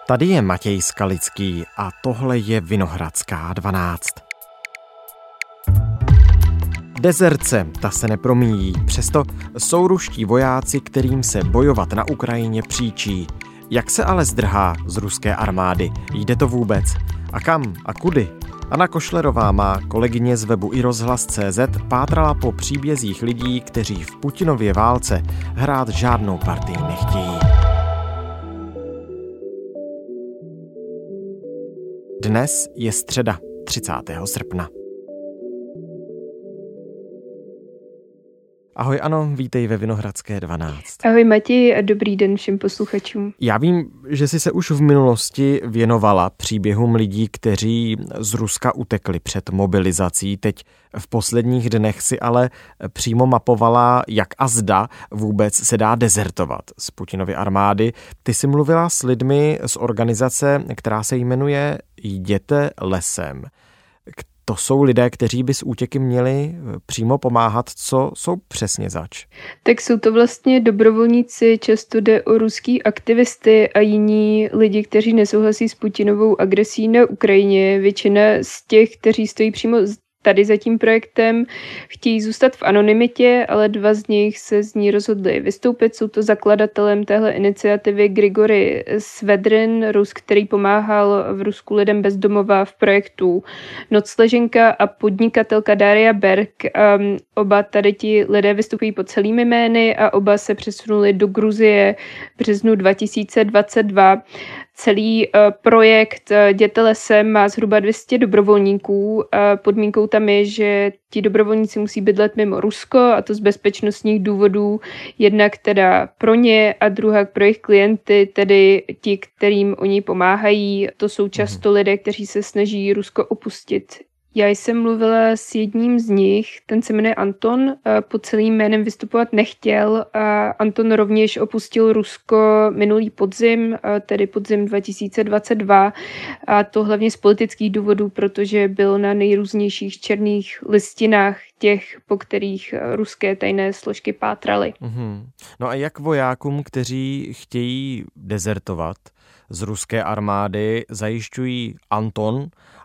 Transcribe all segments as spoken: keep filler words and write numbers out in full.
Tady je Matěj Skalický a tohle je Vinohradská dvanáct. Dezerce, ta se nepromíjí, přesto jsou ruští vojáci, kterým se bojovat na Ukrajině příčí. Jak se ale zdrhá z ruské armády? Jde to vůbec? A kam a kudy? Anna Košlerová, má kolegyně z webu iRozhlas tečka cé zet, pátrala po příbězích lidí, kteří v Putinově válce hrát žádnou partii nechtějí. Dnes je středa, třicátého srpna. Ahoj Ano, vítej ve Vinohradské dvanáct. Ahoj Matěj a dobrý den všem posluchačům. Já vím, že jsi se už v minulosti věnovala příběhům lidí, kteří z Ruska utekli před mobilizací. Teď v posledních dnech si ale přímo mapovala, jak a zda vůbec se dá dezertovat z Putinovy armády. Ty jsi mluvila s lidmi z organizace, která se jmenuje Jděte lesem. To jsou lidé, kteří by s útěky měli přímo pomáhat. Co jsou přesně zač? Tak jsou to vlastně dobrovolníci, často jde o ruský aktivisty a jiní lidi, kteří nesouhlasí s Putinovou agresí na Ukrajině. Většina z těch, kteří stojí přímo tady za tím projektem, chtějí zůstat v anonymitě, ale dva z nich se z ní rozhodli vystoupit. Jsou to zakladatelem téhle iniciativy Grigory Svedrin, Rus, který pomáhal v Rusku lidem bez domova v projektu Nocleženka, a podnikatelka Daria Berg. Um, oba tady ti lidé vystupují pod celými jmény a oba se přesunuli do Gruzie v březnu dva tisíce dvacet dva. Celý uh, projekt uh, Jděte lesem má zhruba dvě stě dobrovolníků. Uh, podmínkou tam je, že ti dobrovolníci musí bydlet mimo Rusko, a to z bezpečnostních důvodů, jednak teda pro ně a druhá pro jejich klienty, tedy ti, kterým oni pomáhají. To jsou často lidé, kteří se snaží Rusko opustit. Já jsem mluvila s jedním z nich, ten se jmenuje Anton, pod celým jménem vystupovat nechtěl a Anton rovněž opustil Rusko minulý podzim, tedy podzim dva tisíce dvacet dva, a to hlavně z politických důvodů, protože byl na nejrůznějších černých listinách těch, po kterých ruské tajné složky pátraly. Mm-hmm. No a jak vojákům, kteří chtějí dezertovat z ruské armády, zajišťují Anton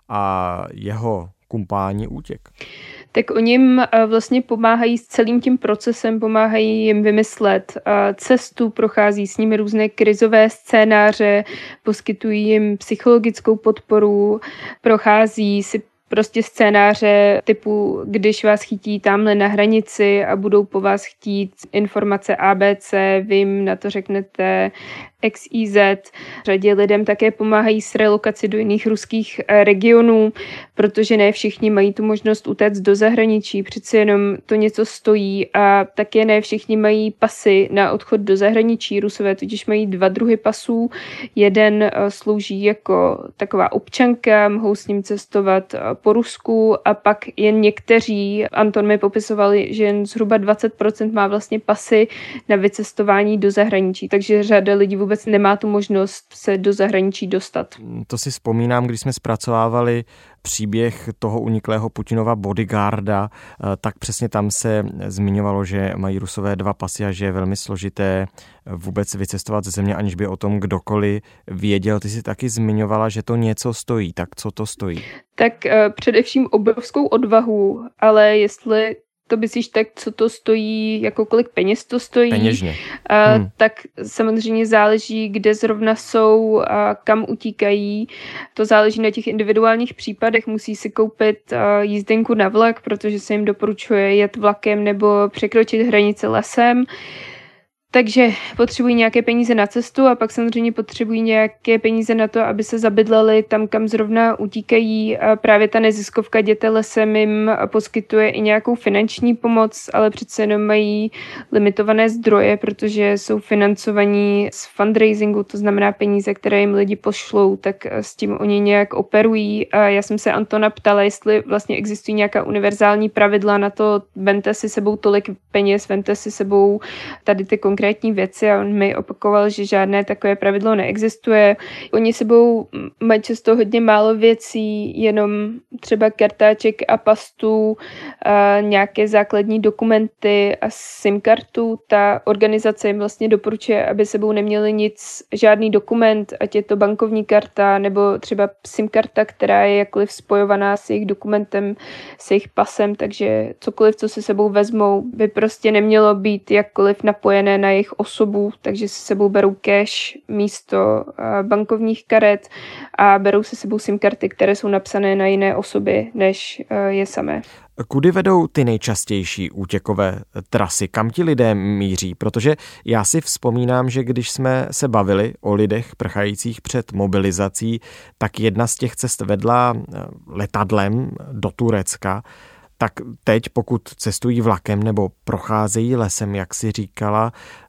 a jeho kumpáni útěk? Tak oni jim vlastně pomáhají s celým tím procesem, pomáhají jim vymyslet cestu, prochází s nimi různé krizové scénáře, poskytují jim psychologickou podporu, prochází si prostě scénáře typu, když vás chytí tamhle na hranici a budou po vás chtít informace A B C, vy jim na to řeknete X Y Z. Řadě lidem také pomáhají s relokací do jiných ruských regionů, protože ne všichni mají tu možnost utéct do zahraničí, přece jenom to něco stojí, a také ne všichni mají pasy na odchod do zahraničí. Rusové totiž mají dva druhy pasů. Jeden slouží jako taková občanka, mohou s ním cestovat po Rusku, a pak jen někteří, Anton mi popisoval, že jen zhruba dvacet procent má vlastně pasy na vycestování do zahraničí, takže řada lidí vůbec nemá tu možnost se do zahraničí dostat. To si vzpomínám, když jsme zpracovávali příběh toho uniklého Putinova bodyguarda, tak přesně tam se zmiňovalo, že mají Rusové dva pasy a že je velmi složité vůbec vycestovat ze země, aniž by o tom kdokoliv věděl. Ty si taky zmiňovala, že to něco stojí. Tak co to stojí? Tak uh, především obrovskou odvahu, ale jestli to myslíš tak, co to stojí, jako kolik peněz to stojí. Peněžně. Hmm. Tak samozřejmě záleží, kde zrovna jsou a kam utíkají. To záleží na těch individuálních případech. Musí si koupit jízdenku na vlak, protože se jim doporučuje jet vlakem nebo překročit hranice lesem. Takže potřebují nějaké peníze na cestu a pak samozřejmě potřebují nějaké peníze na to, aby se zabydleli tam, kam zrovna utíkají. A právě ta neziskovka Jděte lesem jim poskytuje i nějakou finanční pomoc, ale přece jenom mají limitované zdroje, protože jsou financovaní z fundraisingu, to znamená peníze, které jim lidi pošlou, tak s tím oni nějak operují. A já jsem se Antona ptala, jestli vlastně existují nějaká univerzální pravidla na to, vemte si sebou tolik peněz, vemte si sebou tady ty konkrétní konkrétní věci a on mi opakoval, že žádné takové pravidlo neexistuje. Oni sebou mají často hodně málo věcí, jenom třeba kartáček a pastu, a nějaké základní dokumenty a SIM kartu. Ta organizace jim vlastně doporučuje, aby sebou neměli nic, žádný dokument, ať je to bankovní karta nebo třeba SIM karta, která je jakkoliv spojovaná s jejich dokumentem, s jejich pasem, takže cokoliv, co si sebou vezmou, by prostě nemělo být jakkoliv napojené na jejich osobu, takže si sebou berou cash místo bankovních karet a berou si sebou SIM karty, které jsou napsané na jiné osoby, než je samé. Kudy vedou ty nejčastější útěkové trasy? Kam ti lidé míří? Protože já si vzpomínám, že když jsme se bavili o lidech prchajících před mobilizací, tak jedna z těch cest vedla letadlem do Turecka. Tak teď, pokud cestují vlakem nebo procházejí lesem, jak si říkala,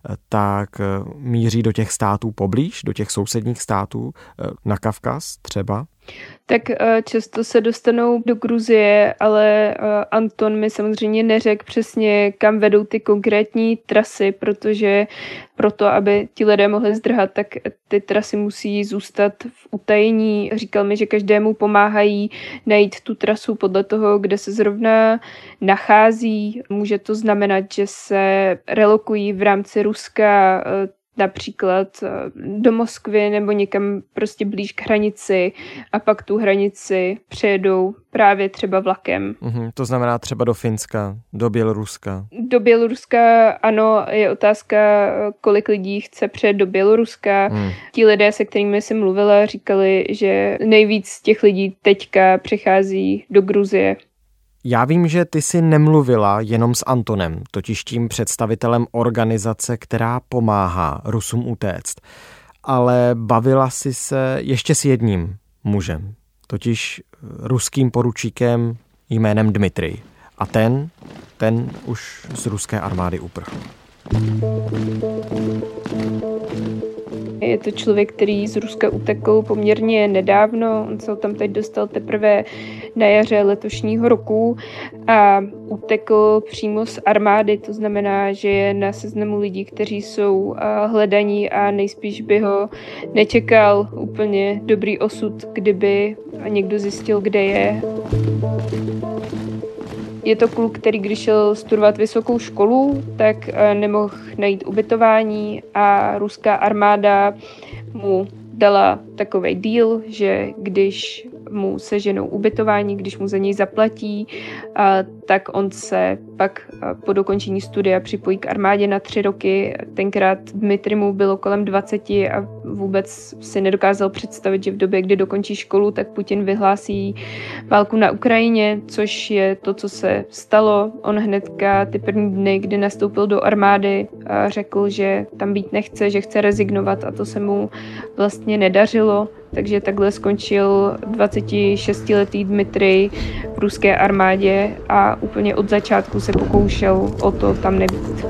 tak míří do těch států poblíž, do těch sousedních států, na Kavkaz třeba? Tak často se dostanou do Gruzie, ale Anton mi samozřejmě neřekl přesně, kam vedou ty konkrétní trasy, protože proto, aby ti lidé mohli zdrhat, tak ty trasy musí zůstat v utajení. Říkal mi, že každému pomáhají najít tu trasu podle toho, kde se zrovna nachází. Může to znamenat, že se relokují v rámci Ruska, například do Moskvy nebo někam prostě blíž k hranici a pak tu hranici přejedou právě třeba vlakem. Uhum, to znamená třeba do Finska, do Běloruska. Do Běloruska, ano, je otázka, kolik lidí chce přejet do Běloruska. Hmm. Ti lidé, se kterými jsem mluvila, říkali, že nejvíc z těch lidí teďka přechází do Gruzie. Já vím, že ty jsi nemluvila jenom s Antonem, totiž tím představitelem organizace, která pomáhá Rusům utéct, ale bavila jsi se ještě s jedním mužem, totiž ruským poručíkem jménem Dmitrij. A ten, ten už z ruské armády uprchl. Je to člověk, který z Ruska utekl poměrně nedávno. On se tam teď dostal teprve na jaře letošního roku a utekl přímo z armády. To znamená, že je na seznamu lidí, kteří jsou hledaní a nejspíš by ho nečekal úplně dobrý osud, kdyby někdo zjistil, kde je. Je to kluk, který když šel studovat vysokou školu, tak nemohl najít ubytování a ruská armáda mu dala takovej deal, že když mu seženou ubytování, když mu za něj zaplatí, tak on se pak po dokončení studia připojí k armádě na tři roky. Tenkrát Dmitry mu bylo kolem dvaceti a vůbec si nedokázal představit, že v době, kdy dokončí školu, tak Putin vyhlásí válku na Ukrajině, což je to, co se stalo. On hnedka ty první dny, kdy nastoupil do armády, řekl, že tam být nechce, že chce rezignovat a to se mu vlastně nedařilo. Takže takhle skončil dvacetišestiletý Dmitrij v ruské armádě a úplně od začátku se pokoušel o to tam nebýt.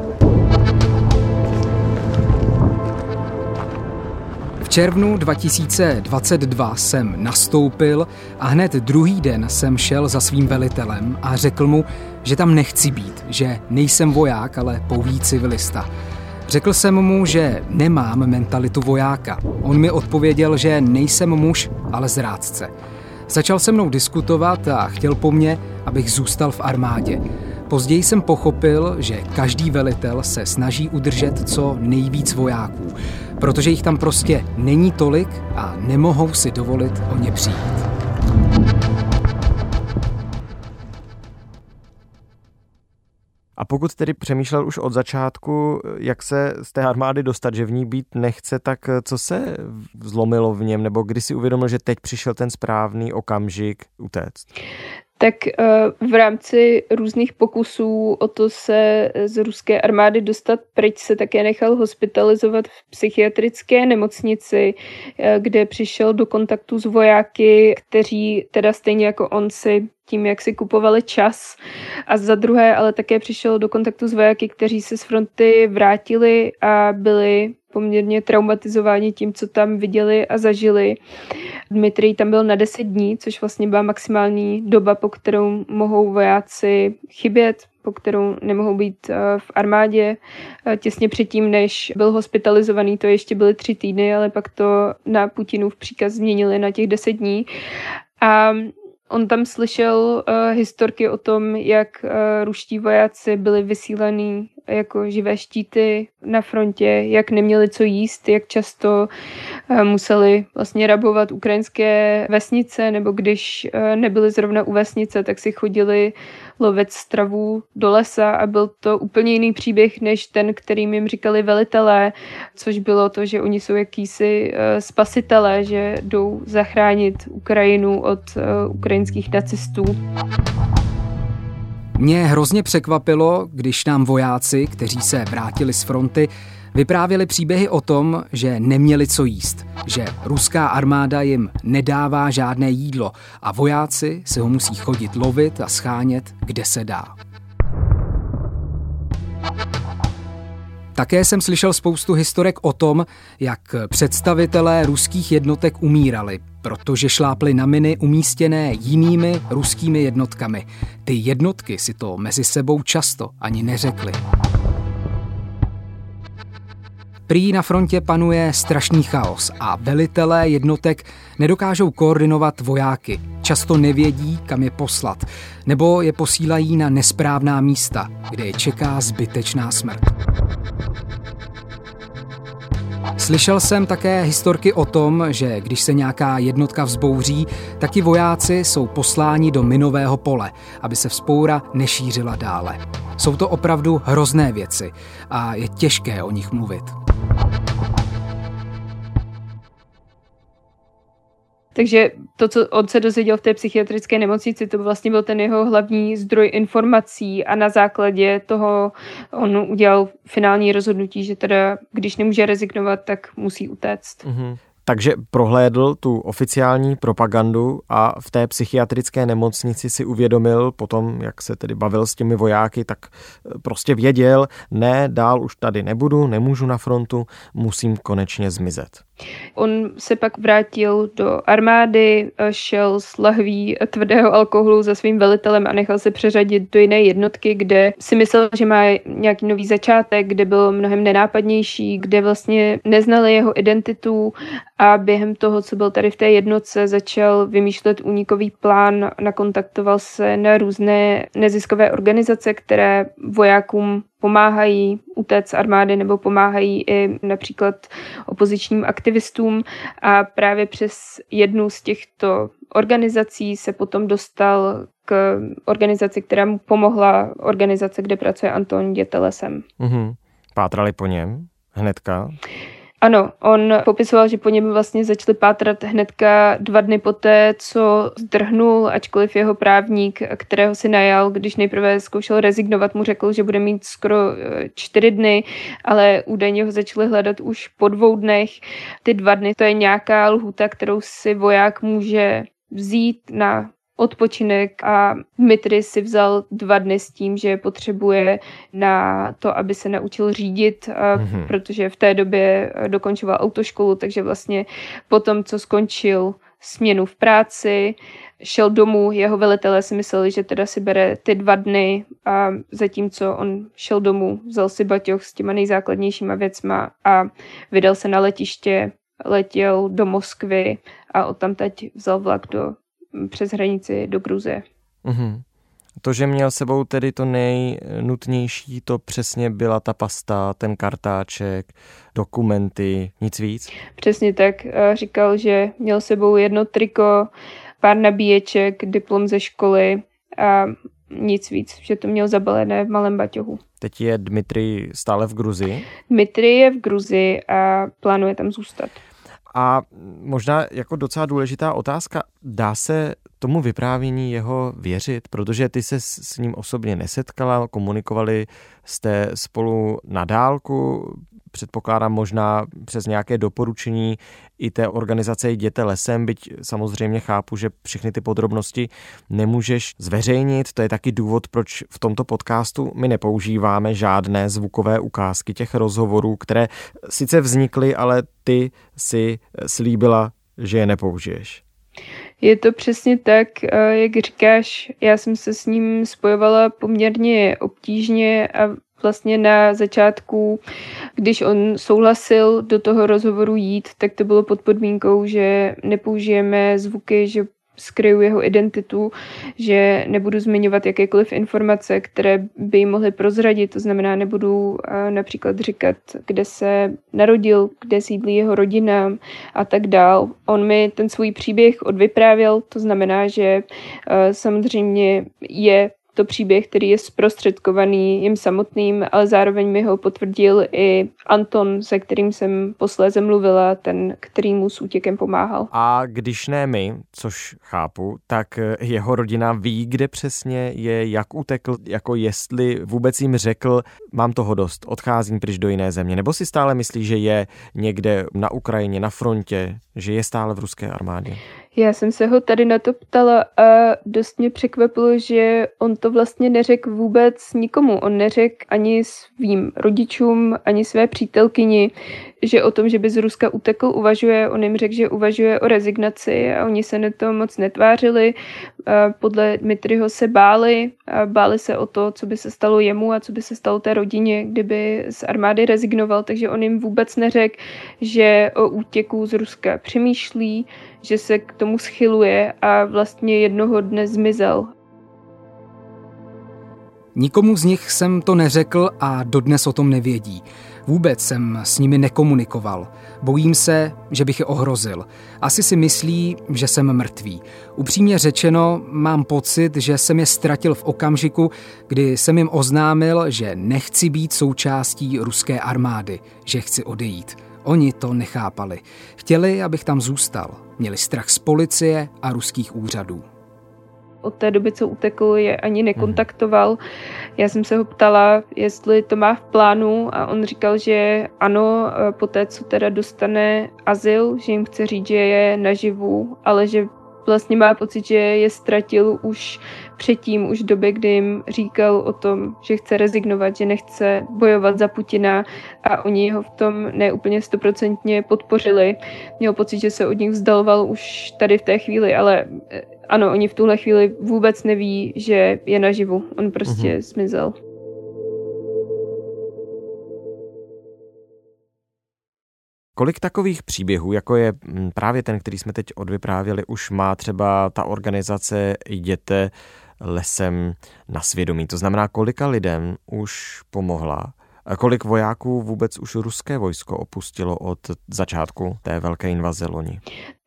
V červnu dva tisíce dvacet dva jsem nastoupil a hned druhý den jsem šel za svým velitelem a řekl mu, že tam nechci být, že nejsem voják, ale pouhý civilista. Řekl jsem mu, že nemám mentalitu vojáka. On mi odpověděl, že nejsem muž, ale zrádce. Začal se mnou diskutovat a chtěl po mně, abych zůstal v armádě. Později jsem pochopil, že každý velitel se snaží udržet co nejvíc vojáků, protože jich tam prostě není tolik a nemohou si dovolit o ně přijít. A pokud tedy přemýšlel už od začátku, jak se z té armády dostat, že v ní být nechce, tak co se zlomilo v něm, nebo kdy si uvědomil, že teď přišel ten správný okamžik utéct? Tak v rámci různých pokusů o to se z ruské armády dostat pryč se také nechal hospitalizovat v psychiatrické nemocnici, kde přišel do kontaktu s vojáky, kteří teda stejně jako on si tím, jak si kupovali čas. A za druhé ale také přišel do kontaktu s vojáky, kteří se z fronty vrátili a byli poměrně traumatizováni tím, co tam viděli a zažili. Dmitrij tam byl na deset dní, což vlastně byla maximální doba, po kterou mohou vojáci chybět. po kterou nemohou být v armádě. Těsně předtím, než byl hospitalizovaný, to ještě byly tři týdny, ale pak to na Putinův příkaz změnili na těch deset dní. A on tam slyšel uh, historky o tom, jak uh, ruští vojáci byli vysílaní jako živé štíty na frontě, jak neměli co jíst, jak často uh, museli vlastně rabovat ukrajinské vesnice, nebo když uh, nebyli zrovna u vesnice, tak si chodili lovec stravu do lesa a byl to úplně jiný příběh, než ten, kterým jim říkali velitelé, což bylo to, že oni jsou jakýsi uh, spasitelé, že jdou zachránit Ukrajinu od uh, ukrajinských nacistů. Mě hrozně překvapilo, když nám vojáci, kteří se vrátili z fronty, vyprávěli příběhy o tom, že neměli co jíst, že ruská armáda jim nedává žádné jídlo a vojáci si ho musí chodit lovit a schánět, kde se dá. Také jsem slyšel spoustu historek o tom, jak představitelé ruských jednotek umírali, protože šlápli na miny umístěné jinými ruskými jednotkami. Ty jednotky si to mezi sebou často ani neřekly. Prý na frontě panuje strašný chaos a velitelé jednotek nedokážou koordinovat vojáky. Často nevědí, kam je poslat, nebo je posílají na nesprávná místa, kde je čeká zbytečná smrt. Slyšel jsem také historky o tom, že když se nějaká jednotka vzbouří, tak ti vojáci jsou posláni do minového pole, aby se vzpoura nešířila dále. Jsou to opravdu hrozné věci a je těžké o nich mluvit. Takže to, co on se dozvěděl v té psychiatrické nemocnici, to vlastně byl ten jeho hlavní zdroj informací a na základě toho on udělal finální rozhodnutí, že teda, když nemůže rezignovat, tak musí utéct. Mm-hmm. Takže prohlédl tu oficiální propagandu a v té psychiatrické nemocnici si uvědomil potom, jak se tedy bavil s těmi vojáky, tak prostě věděl, ne, dál už tady nebudu, nemůžu na frontu, musím konečně zmizet. On se pak vrátil do armády, šel s lahví tvrdého alkoholu za svým velitelem a nechal se přeřadit do jiné jednotky, kde si myslel, že má nějaký nový začátek, kde byl mnohem nenápadnější, kde vlastně neznali jeho identitu a během toho, co byl tady v té jednotce, začal vymýšlet únikový plán, nakontaktoval se na různé neziskové organizace, které vojákům pomáhají utéct z armády nebo pomáhají i například opozičním aktivistům a právě přes jednu z těchto organizací se potom dostal k organizaci, která mu pomohla, organizace, kde pracuje Anton Dětelesem. Mm-hmm. Pátrali po něm hnedka? Ano, on popisoval, že po něm vlastně začali pátrat hnedka dva dny poté, co zdrhnul, ačkoliv jeho právník, kterého si najal, když nejprve zkoušel rezignovat, mu řekl, že bude mít skoro čtyři dny, ale údajně ho začali hledat už po dvou dnech. Ty dva dny, to je nějaká lhůta, kterou si voják může vzít na odpočinek a Dmitry si vzal dva dny s tím, že potřebuje na to, aby se naučil řídit, mm-hmm. protože v té době dokončoval autoškolu, takže vlastně potom, co skončil směnu v práci, šel domů, jeho velitelé si mysleli, že teda si bere ty dva dny a zatímco on šel domů, vzal si baťoch s těma nejzákladnějšíma věcma a vydal se na letiště, letěl do Moskvy a odtamtud vzal vlak do přes hranici do Gruzie. Mm-hmm. To, že měl sebou tedy to nejnutnější, to přesně byla ta pasta, ten kartáček, dokumenty, nic víc? Přesně tak. Říkal, že měl sebou jedno triko, pár nabíječek, diplom ze školy a nic víc, že to měl zabalené v malém baťohu. Teď je Dmitry stále v Gruzii? Dmitry je v Gruzii a plánuje tam zůstat. A možná jako docela důležitá otázka, dá se tomu vyprávění jeho věřit, protože ty se s ním osobně nesetkala, komunikovali jste spolu na dálku, předpokládám možná přes nějaké doporučení i té organizace Jděte lesem, byť samozřejmě chápu, že všechny ty podrobnosti nemůžeš zveřejnit, to je taky důvod, proč v tomto podcastu my nepoužíváme žádné zvukové ukázky těch rozhovorů, které sice vznikly, ale ty si slíbila, že je nepoužiješ. Je to přesně tak, jak říkáš, já jsem se s ním spojovala poměrně obtížně a vlastně na začátku, když on souhlasil do toho rozhovoru jít, tak to bylo pod podmínkou, že nepoužijeme zvuky, že skryju jeho identitu, že nebudu zmiňovat jakékoliv informace, které by jí mohly prozradit, to znamená, nebudu například říkat, kde se narodil, kde sídlí jeho rodina a tak dál. On mi ten svůj příběh odvyprávěl, to znamená, že samozřejmě je to příběh, který je zprostředkovaný jim samotným, ale zároveň mi ho potvrdil i Anton, se kterým jsem posléze mluvila, ten, který mu s útěkem pomáhal. A když ne my, což chápu, tak jeho rodina ví, kde přesně je, jak utekl, jako jestli vůbec jim řekl, mám toho dost, odcházím pryč do jiné země, nebo si stále myslí, že je někde na Ukrajině, na frontě, že je stále v ruské armádě? Já jsem se ho tady na to ptala a dost mě překvapilo, že on to vlastně neřekl vůbec nikomu. On neřekl ani svým rodičům, ani své přítelkyni, že o tom, že by z Ruska utekl, uvažuje. On jim řekl, že uvažuje o rezignaci a oni se na to moc netvářili. A podle Dmitriho se báli a báli se o to, co by se stalo jemu a co by se stalo té rodině, kdyby z armády rezignoval. Takže on jim vůbec neřekl, že o útěku z Ruska přemýšlí, že se k tomu schyluje a vlastně jednoho dne zmizel. Nikomu z nich jsem to neřekl a dodnes o tom nevědí. Vůbec jsem s nimi nekomunikoval. Bojím se, že bych je ohrozil. Asi si myslí, že jsem mrtvý. Upřímně řečeno, mám pocit, že jsem je ztratil v okamžiku, kdy jsem jim oznámil, že nechci být součástí ruské armády, že chci odejít. Oni to nechápali. Chtěli, abych tam zůstal. Měli strach z policie a ruských úřadů. Od té doby, co utekl, je ani nekontaktoval. Já jsem se ho ptala, jestli to má v plánu a on říkal, že ano, poté, co teda dostane azyl, že jim chce říct, že je naživu, ale že vlastně má pocit, že je ztratil už předtím, už v době, kdy jim říkal o tom, že chce rezignovat, že nechce bojovat za Putina a oni ho v tom neúplně stoprocentně podpořili. Měl pocit, že se od nich vzdaloval už tady v té chvíli, ale ano, oni v tuhle chvíli vůbec neví, že je naživu. On prostě mm-hmm. zmizel. Kolik takových příběhů, jako je právě ten, který jsme teď odvyprávěli, už má třeba ta organizace Jděte lesem na svědomí? To znamená, kolika lidem už pomohla? A kolik vojáků vůbec už ruské vojsko opustilo od začátku té velké invaze loni?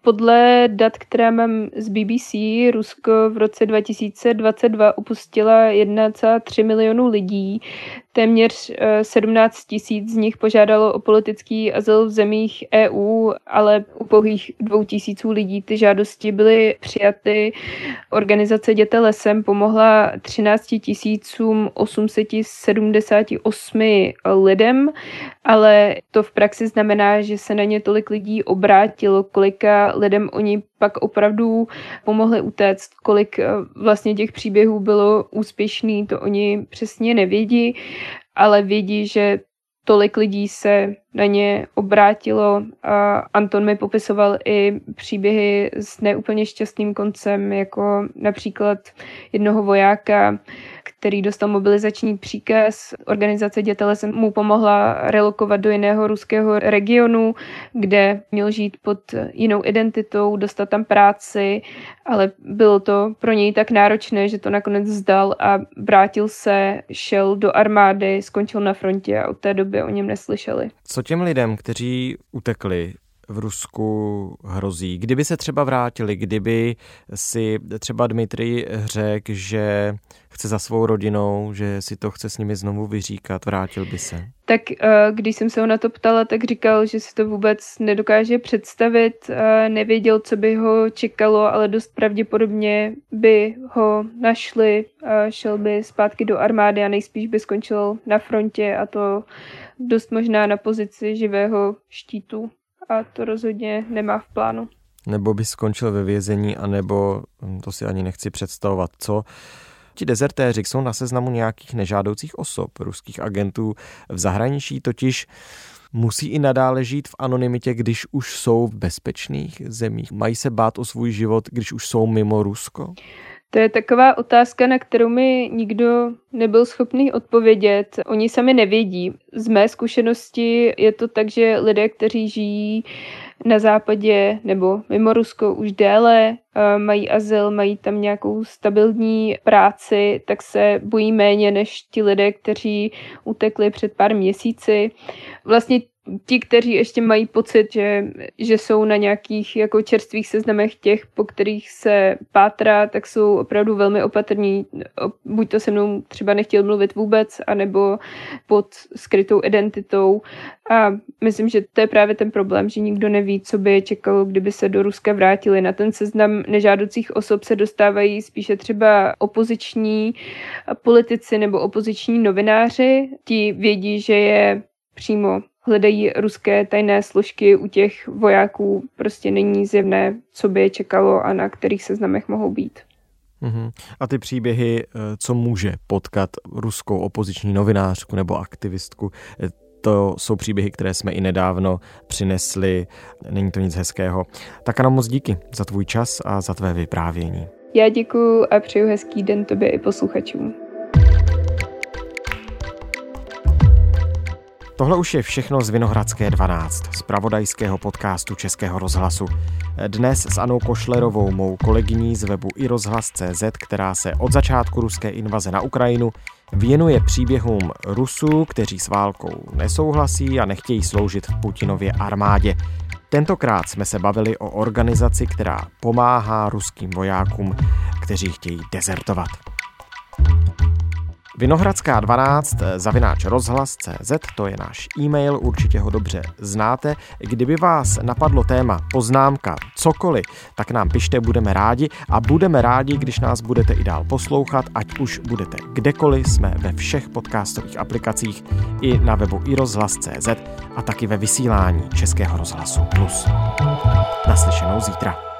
Podle dat, která mám z B B C, Rusko v roce dva tisíce dvacet dva opustila jedna celá tři milionu lidí. Téměř sedmnáct tisíc z nich požádalo o politický azyl v zemích E U, ale u pouhých dvou tisíců lidí ty žádosti byly přijaty. Organizace Jděte lesem pomohla třináct tisíc osm set sedmdesát osm lidem, ale to v praxi znamená, že se na ně tolik lidí obrátilo, kolika lidem oni pak opravdu pomohli utéct, kolik vlastně těch příběhů bylo úspěšný, to oni přesně nevědí, ale vědí, že tolik lidí se na ně obrátilo a Anton mi popisoval i příběhy s neúplně šťastným koncem, jako například jednoho vojáka, který dostal mobilizační příkaz. Organizace Jděte lesem mu pomohla relokovat do jiného ruského regionu, kde měl žít pod jinou identitou, dostat tam práci, ale bylo to pro něj tak náročné, že to nakonec vzdal a vrátil se, šel do armády, skončil na frontě a od té doby o něm neslyšeli. Co těm lidem, kteří utekli v Rusku, hrozí? Kdyby se třeba vrátili, kdyby si třeba Dmitrij řekl, že chce za svou rodinou, že si to chce s nimi znovu vyříkat, vrátil by se? Tak když jsem se ho na to ptala, tak říkal, že si to vůbec nedokáže představit, nevěděl, co by ho čekalo, ale dost pravděpodobně by ho našli, šel by zpátky do armády a nejspíš by skončil na frontě a to dost možná na pozici živého štítu. A to rozhodně nemá v plánu. Nebo by skončil ve vězení, anebo, to si ani nechci představovat, co. Ti dezertéři jsou na seznamu nějakých nežádoucích osob, ruských agentů v zahraničí, totiž musí i nadále žít v anonymitě, když už jsou v bezpečných zemích? Mají se bát o svůj život, když už jsou mimo Rusko? To je taková otázka, na kterou mi nikdo nebyl schopný odpovědět. Oni sami nevědí. Z mé zkušenosti je to tak, že lidé, kteří žijí na západě nebo mimo Rusko už déle, mají azyl, mají tam nějakou stabilní práci, tak se bojí méně než ti lidé, kteří utekli před pár měsíci. Vlastně ti, kteří ještě mají pocit, že, že jsou na nějakých jako čerstvých seznamech těch, po kterých se pátrá, tak jsou opravdu velmi opatrní. Buď to se mnou třeba nechtěl mluvit vůbec, anebo pod skrytou identitou. A myslím, že to je právě ten problém, že nikdo neví, co by je čekalo, kdyby se do Ruska vrátili. Na ten seznam nežádoucích osob se dostávají spíše třeba opoziční politici nebo opoziční novináři. Ti vědí, že je přímo hledají ruské tajné složky, u těch vojáků prostě není zjevné, co by je čekalo a na kterých seznamech mohou být. Uhum. A ty příběhy, co může potkat ruskou opoziční novinářku nebo aktivistku, to jsou příběhy, které jsme i nedávno přinesli. Není to nic hezkého. Tak ano, moc díky za tvůj čas a za tvé vyprávění. Já děkuju a přeju hezký den tobě i posluchačům. Tohle už je všechno z Vinohradské dvanáct, z zpravodajského podcastu Českého rozhlasu. Dnes s Anou Košlerovou, mou kolegyní z webu i rozhlas tečka cé zet, která se od začátku ruské invaze na Ukrajinu věnuje příběhům Rusů, kteří s válkou nesouhlasí a nechtějí sloužit v Putinově armádě. Tentokrát jsme se bavili o organizaci, která pomáhá ruským vojákům, kteří chtějí dezertovat. Vinohradská dvanáct zavináč rozhlas tečka cé zet, to je náš e-mail, určitě ho dobře znáte. Kdyby vás napadlo téma, poznámka, cokoliv, tak nám pište, budeme rádi a budeme rádi, když nás budete i dál poslouchat, ať už budete kdekoliv, jsme ve všech podcastových aplikacích i na webu i rozhlas tečka cé zet a taky ve vysílání Českého rozhlasu Plus. Naslyšenou zítra.